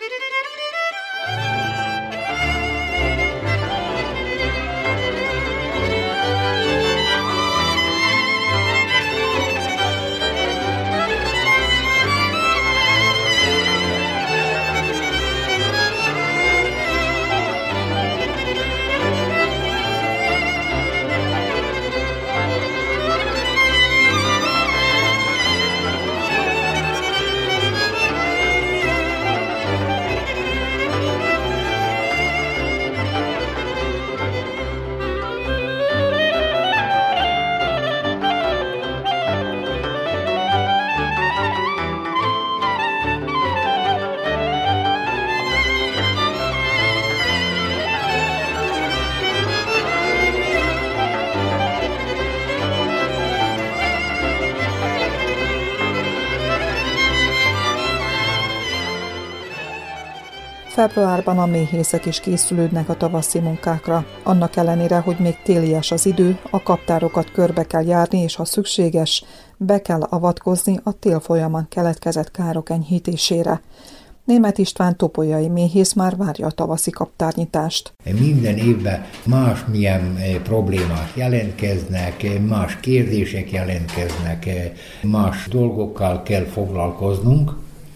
Februárban a méhészek is készülődnek a tavaszi munkákra. Annak ellenére, hogy még télies az idő, a kaptárokat körbe kell járni, és ha szükséges, be kell avatkozni a tél folyamán keletkezett károk enyhítésére. Németh István topolyai méhész már várja a tavaszi kaptárnyitást. Minden évben másmilyen problémák jelentkeznek, más kérdések jelentkeznek, más dolgokkal kell foglalkoznunk,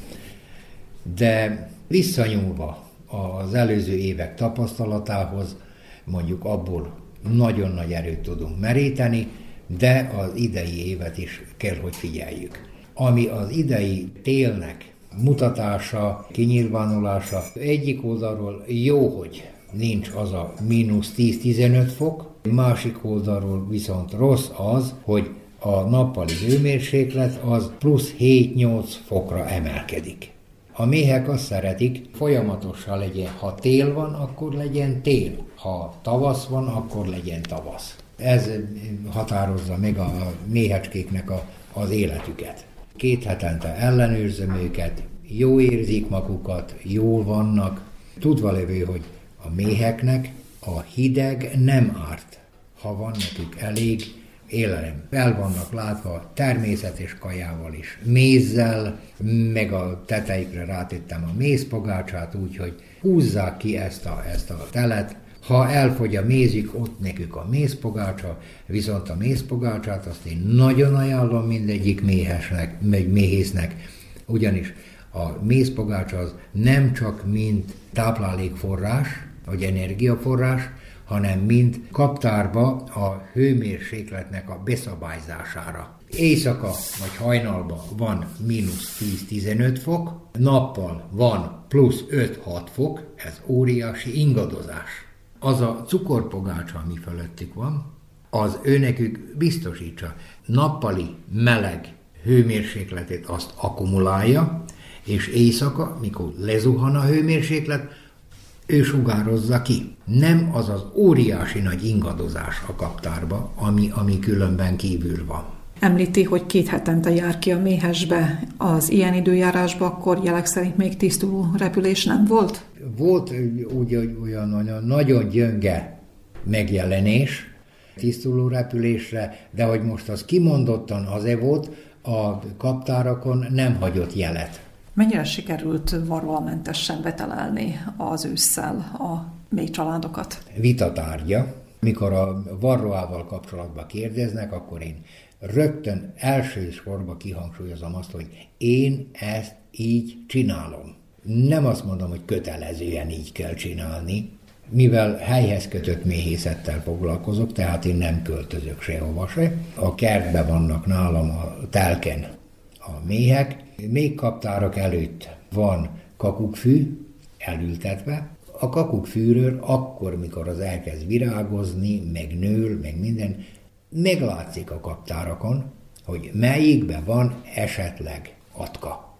de visszanyúlva az előző évek tapasztalatához, mondjuk abból nagyon nagy erőt tudunk meríteni, de az idei évet is kell, hogy figyeljük. Ami az idei télnek mutatása, kinyilvánulása, egyik oldalról jó, hogy nincs az a mínusz tíz-tizenöt fok, másik oldalról viszont rossz az, hogy a nappali hőmérséklet az plusz hét-nyolc fokra emelkedik. A méhek azt szeretik, folyamatosan legyen, ha tél van, akkor legyen tél, ha tavasz van, akkor legyen tavasz. Ez határozza meg a méhecskéknek a, az életüket. Két hetente ellenőrzöm őket, jó érzik magukat, jól vannak, tudva lévő, hogy a méheknek a hideg nem árt, ha van nekük elég élelem. El vannak látva természetes kajával is, mézzel, meg a tetejükre rátettem a mézpogácsát, úgyhogy húzzák ki ezt a, ezt a telet. Ha elfogy a mézük, ott nekük a mézpogácsa, viszont a mézpogácsát azt én nagyon ajánlom mindegyik méhesnek, meg méhésznek, ugyanis a mézpogácsa az nem csak mint táplálékforrás, vagy energiaforrás, hanem mint kaptárba a hőmérsékletnek a beszabályzására. Éjszaka vagy hajnalban van mínusz tíz-tizenöt fok, nappal van plusz öt-hat fok, ez óriási ingadozás. Az a cukorpogácsa, ami fölöttük van, az őnekük biztosítsa. Nappali meleg hőmérsékletét azt akkumulálja, és éjszaka, mikor lezuhan a hőmérséklet, ő sugározza ki. Nem az az óriási nagy ingadozás a kaptárba, ami, ami különben kívül van. Említi, hogy két hetente jár ki a méhesbe. Az ilyen időjárásban akkor jelek szerint még tisztuló repülés nem volt? Volt úgy, olyan, olyan nagyon gyönge megjelenés tisztuló repülésre, de hogy most az kimondottan azért volt, a kaptárakon nem hagyott jelet. Mennyire sikerült varroamentesen betelelni az ősszel a méhcsaládokat? Vitatárgya. Mikor a varroával kapcsolatban kérdeznek, akkor én rögtön elsősorban kihangsúlyozom azt, hogy én ezt így csinálom. Nem azt mondom, hogy kötelezően így kell csinálni, mivel helyhez kötött méhészettel foglalkozok, tehát én nem költözök sehova se. A kertben vannak nálam a telken a méhek. Még kaptárak előtt van kakukkfű elültetve. A kakukkfűről akkor, mikor az elkezd virágozni, meg nől, meg minden, meglátszik a kaptárakon, hogy melyikben van esetleg atka.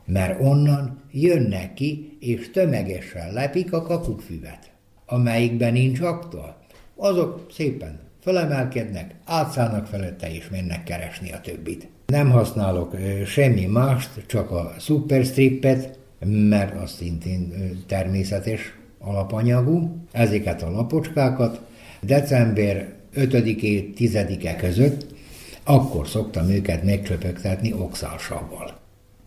mert onnan jönnek ki, és tömegesen lepik a kakukfüvet, amelyikben nincs akta. Azok szépen felemelkednek, átszállnak felette, és mennek keresni a többit. Nem használok semmi mást, csak a superstrippet, mert az szintén természetes alapanyagú. Ezeket a lapocskákat december ötödike tizedike között, akkor szoktam őket megcsöpögtetni oxálsavval.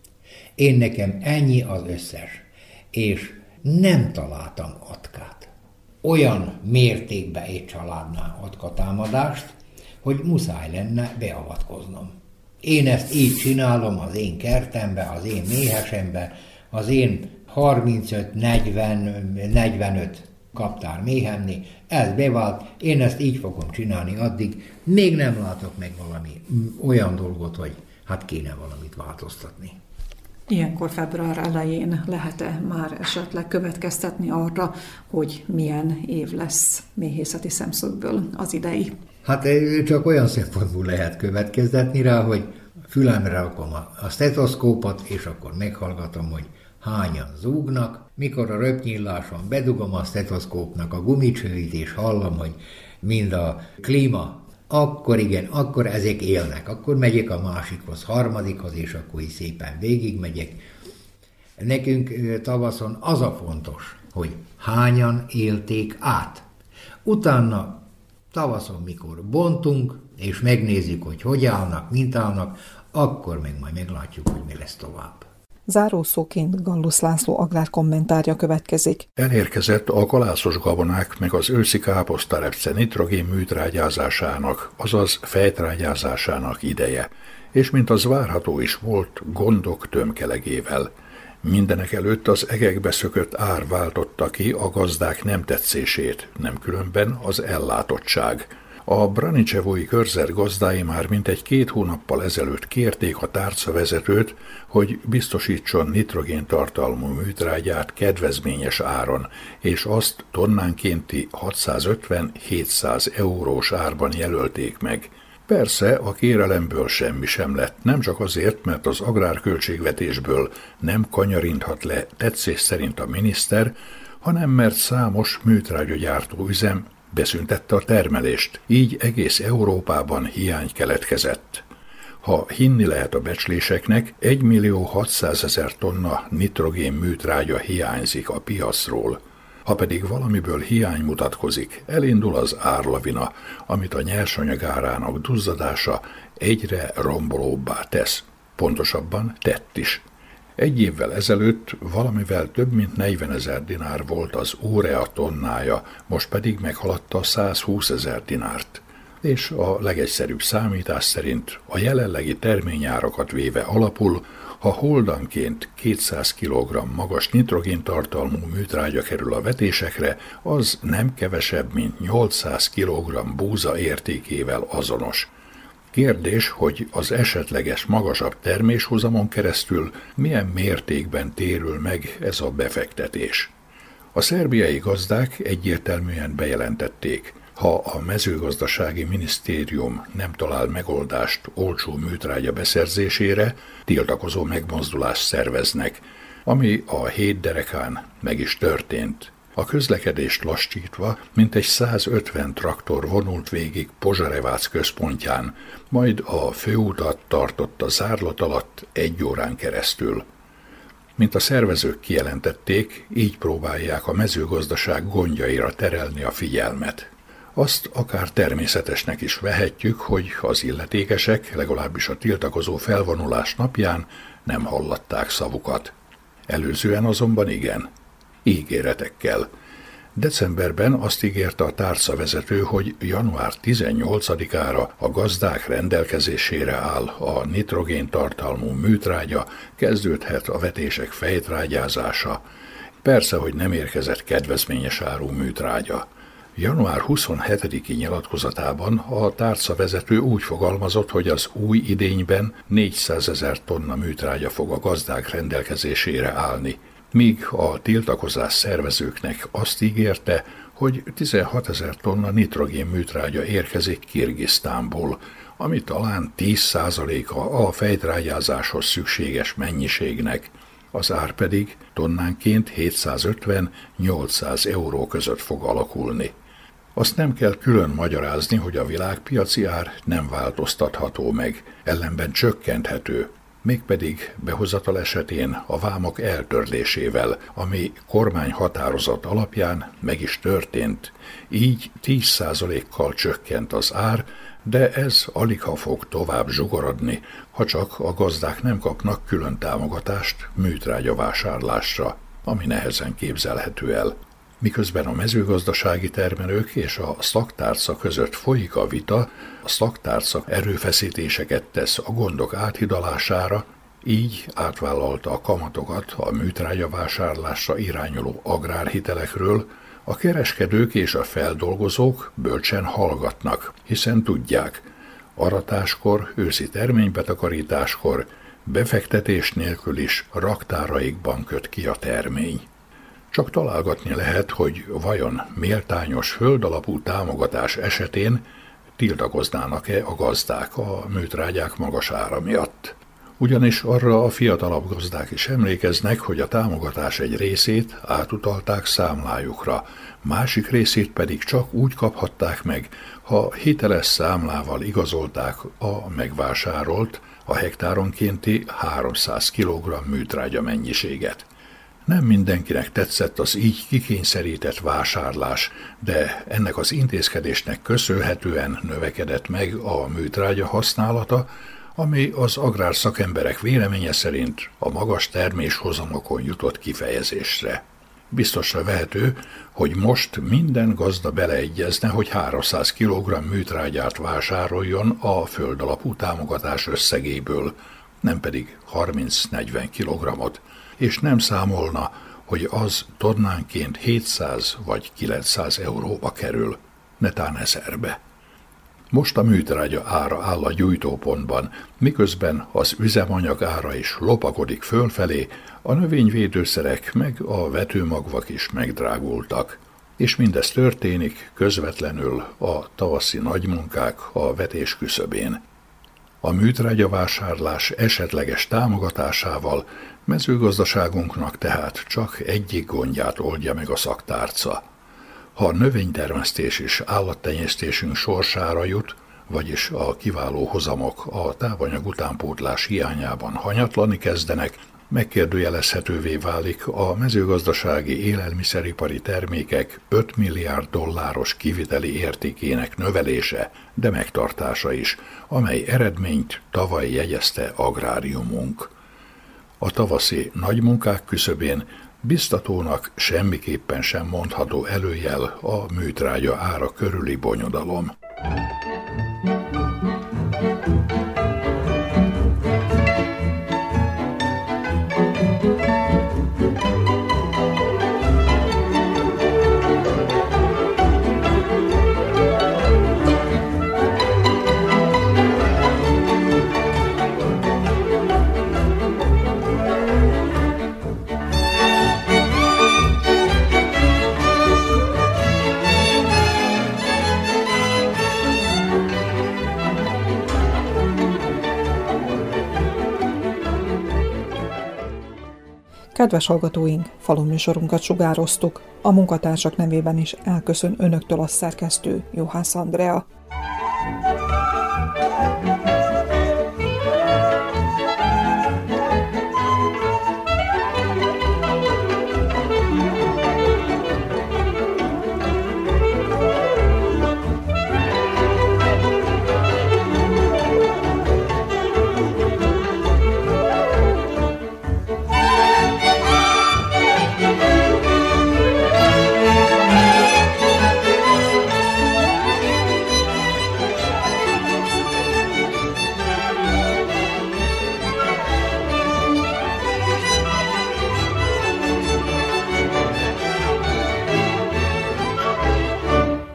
Én nekem ennyi az összes, és nem találtam atkát. Olyan mértékben egy családnál atkatamádást, hogy muszáj lenne beavatkoznom. Én ezt így csinálom az én kertembe, az én méhesembe, az én harmincöt negyven negyvenöt kaptár méhemni, ez bevált, én ezt így fogom csinálni addig, még nem látok meg valami olyan dolgot, hogy hát kéne valamit változtatni. Ilyenkor február elején lehet-e már esetleg következtetni arra, hogy milyen év lesz méhészeti szemszögből az idei? Hát csak olyan szempontból lehet következtetni rá, hogy fülemre rakom a stetoszkópot, és akkor meghallgatom, hogy hányan zúgnak. Mikor a röpnyilláson bedugom a stetoszkópnak a gumicsőit, és hallom, hogy mind a klíma, akkor igen, akkor ezek élnek. Akkor megyek a másikhoz, harmadikhoz, és akkor is szépen végigmegyek. Nekünk tavaszon az a fontos, hogy hányan élték át. Utána tavaszon, mikor bontunk, és megnézzük, hogy hogy állnak, mint állnak, akkor meg majd meglátjuk, hogy mi lesz tovább. Zárószóként Gallus László agrárkommentárja következik. Elérkezett a kalászos gabonák meg az őszi káposztarepce nitrogén műtrágyázásának, azaz fejtrágyázásának ideje, és mint az várható is volt, gondok tömkelegével. Mindenek előtt az egekbe szökött ár váltotta ki a gazdák nem tetszését, nem különben az ellátottság. A Branicsevói körzet gazdái már mintegy két hónappal ezelőtt kérték a tárcavezetőt, hogy biztosítson nitrogéntartalmú műtrágyát kedvezményes áron, és azt tonnánkénti hatszázötven-hétszáz eurós árban jelölték meg. Persze a kérelemből semmi sem lett, nem csak azért, mert az agrárköltségvetésből nem kanyarinthat le tetszés szerint a miniszter, hanem mert számos műtrágyagyártó üzem beszüntette a termelést, így egész Európában hiány keletkezett. Ha hinni lehet a becsléseknek, egymillió hatszázezer tonna nitrogén műtrágya hiányzik a piacról. Ha pedig valamiből hiány mutatkozik, elindul az árlavina, amit a nyersanyag árának duzzadása egyre rombolóbbá tesz. Pontosabban tett is. Egy évvel ezelőtt valamivel több mint negyvenezer dinár volt az urea tonnája, most pedig meghaladta százhúszezer dinárt. És a legegyszerűbb számítás szerint a jelenlegi terményárakat véve alapul, ha holdanként kétszáz kilogramm magas nitrogéntartalmú műtrágya kerül a vetésekre, az nem kevesebb, mint nyolcszáz kilogramm búza értékével azonos. Kérdés, hogy az esetleges magasabb terméshozamon keresztül milyen mértékben térül meg ez a befektetés. A szerbiai gazdák egyértelműen bejelentették, ha a mezőgazdasági minisztérium nem talál megoldást olcsó műtrágya beszerzésére, tiltakozó megmozdulást szerveznek, ami a hét derekán meg is történt. A közlekedést lassítva mintegy százötven traktor vonult végig Pozsarevác központján, majd a főutat tartotta zárlat alatt egy órán keresztül. Mint a szervezők kijelentették, így próbálják a mezőgazdaság gondjaira terelni a figyelmet. Azt akár természetesnek is vehetjük, hogy az illetékesek, legalábbis a tiltakozó felvonulás napján nem hallatták szavukat. Előzően azonban igen. Ígéretekkel. Decemberben azt ígérte a tárcavezető, hogy január tizennyolcadikára a gazdák rendelkezésére áll a nitrogéntartalmú műtrágya, kezdődhet a vetések fejtrágyázása. Persze, hogy nem érkezett kedvezményes árú műtrágya. január huszonhetediki nyilatkozatában a tárcavezető úgy fogalmazott, hogy az új idényben négyszázezer tonna műtrágya fog a gazdák rendelkezésére állni, míg a tiltakozás szervezőknek azt ígérte, hogy tizenhatezer tonna nitrogén műtrágya érkezik Kirgisztánból, ami talán tíz százaléka a fejtrágyázáshoz szükséges mennyiségnek. az ár pedig tonnánként hétszázötven-nyolcszáz euró között fog alakulni. Azt nem kell külön magyarázni, hogy a világpiaci ár nem változtatható meg, ellenben csökkenthető, mégpedig behozatal esetén a vámok eltörlésével, ami kormányhatározat alapján meg is történt. Így tíz százalékkal csökkent az ár, de ez aligha fog tovább zsugorodni, ha csak a gazdák nem kapnak külön támogatást műtrágyavásárlásra, ami nehezen képzelhető el. Miközben a mezőgazdasági termelők és a szaktárca között folyik a vita, a szaktárca erőfeszítéseket tesz a gondok áthidalására, így átvállalta a kamatokat a műtrágyavásárlásra irányuló agrárhitelekről, a kereskedők és a feldolgozók bölcsen hallgatnak, hiszen tudják, aratáskor, őszi terménybetakarításkor, befektetés nélkül is raktáraikban köt ki a termény. Csak találgatni lehet, hogy vajon méltányos földalapú támogatás esetén tiltakoznának-e a gazdák a műtrágyák magas ára miatt. Ugyanis arra a fiatalabb gazdák is emlékeznek, hogy a támogatás egy részét átutalták számlájukra, másik részét pedig csak úgy kaphatták meg, ha hiteles számlával igazolták a megvásárolt, a hektáronkénti háromszáz kilogramm műtrágya mennyiséget. Nem mindenkinek tetszett az így kikényszerített vásárlás, de ennek az intézkedésnek köszönhetően növekedett meg a műtrágya használata, ami az agrárszakemberek véleménye szerint a magas terméshozamokon jutott kifejezésre. Biztosra vehető, hogy most minden gazda beleegyezne, hogy háromszáz kilogramm műtrágyát vásároljon a földalapú támogatás összegéből, nem pedig harminc-negyven kilogrammot, és nem számolna, hogy az tonnánként hétszáz vagy kilencszáz euróba kerül, netán ezerbe. Most a műtrágya ára áll a gyújtópontban, miközben az üzemanyag ára is lopakodik fölfelé, a növényvédőszerek meg a vetőmagvak is megdrágultak. És mindez történik közvetlenül a tavaszi nagymunkák a vetés küszöbén. A műtrágyavásárlás esetleges támogatásával mezőgazdaságunknak tehát csak egyik gondját oldja meg a szaktárca. Ha a növénytermesztés és állattenyésztésünk sorsára jut, vagyis a kiváló hozamok a tápanyag utánpótlás hiányában hanyatlani kezdenek, megkérdőjelezhetővé válik a mezőgazdasági élelmiszeripari termékek öt milliárd dolláros kiviteli értékének növelése, de megtartása is, amely eredményt tavaly jegyezte agráriumunk. A tavaszi nagymunkák küszöbén biztatónak semmiképpen sem mondható előjel a műtrágya ára körüli bonyodalom. Kedves hallgatóink, faluműsorunkat sugároztuk. A munkatársak nevében is elköszön önöktől a szerkesztő, Juhász Andrea.